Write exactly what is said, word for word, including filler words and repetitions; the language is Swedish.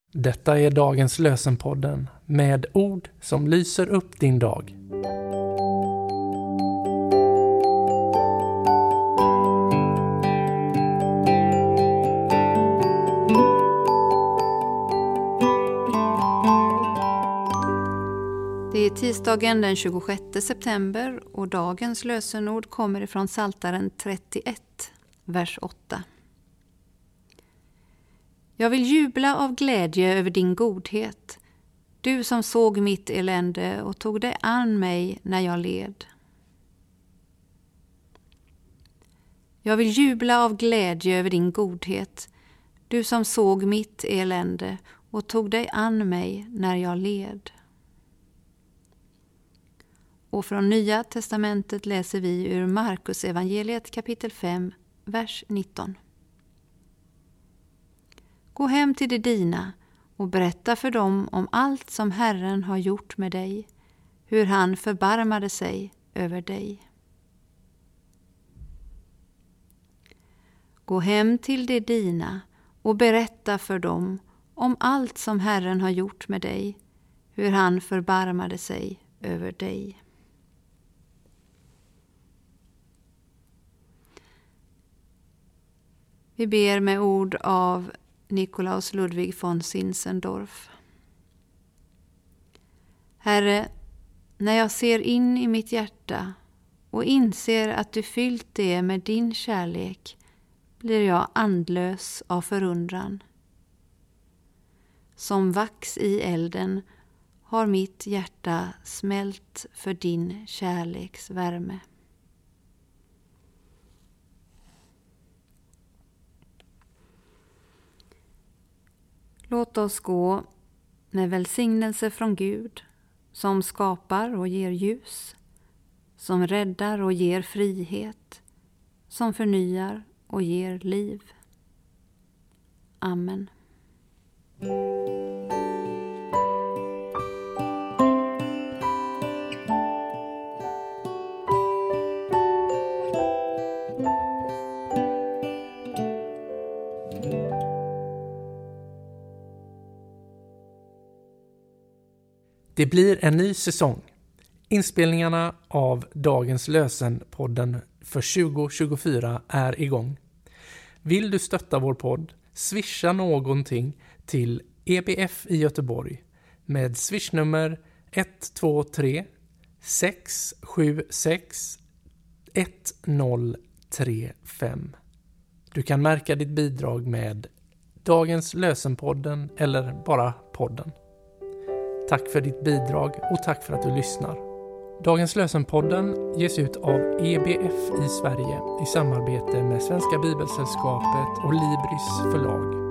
Detta är dagens lösenpodden med ord som lyser upp din dag. Det är tisdagen den tjugosjätte september och dagens lösenord kommer ifrån Psaltaren trettioett, vers åtta. Jag vill jubla av glädje över din godhet, du som såg mitt elände och tog dig an mig när jag led. Jag vill jubla av glädje över din godhet, du som såg mitt elände och tog dig an mig när jag led. Och från Nya testamentet läser vi ur Markus evangeliet kapitel fem, vers nitton. Gå hem till de dina och berätta för dem om allt som Herren har gjort med dig, hur han förbarmade sig över dig. Gå hem till de dina och berätta för dem om allt som Herren har gjort med dig, hur han förbarmade sig över dig. Vi ber med ord av Nikolaus Ludwig von Zinzendorf. Herre, när jag ser in i mitt hjärta och inser att du fyllt det med din kärlek, blir jag andlös av förundran. Som vax i elden har mitt hjärta smält för din kärleks värme. Låt oss gå med välsignelse från Gud, som skapar och ger ljus, som räddar och ger frihet, som förnyar och ger liv. Amen. Det blir en ny säsong. Inspelningarna av dagens lösenpodden för tjugo tjugofyra är igång. Vill du stötta vår podd? Swisha någonting till E B F i Göteborg med swishnummer ett två tre sex sju sex ett noll tre fem. Du kan märka ditt bidrag med dagens lösenpodden eller bara podden. Tack för ditt bidrag och tack för att du lyssnar. Dagens lösenpodden ges ut av E B F i Sverige i samarbete med Svenska Bibelsällskapet och Libris förlag.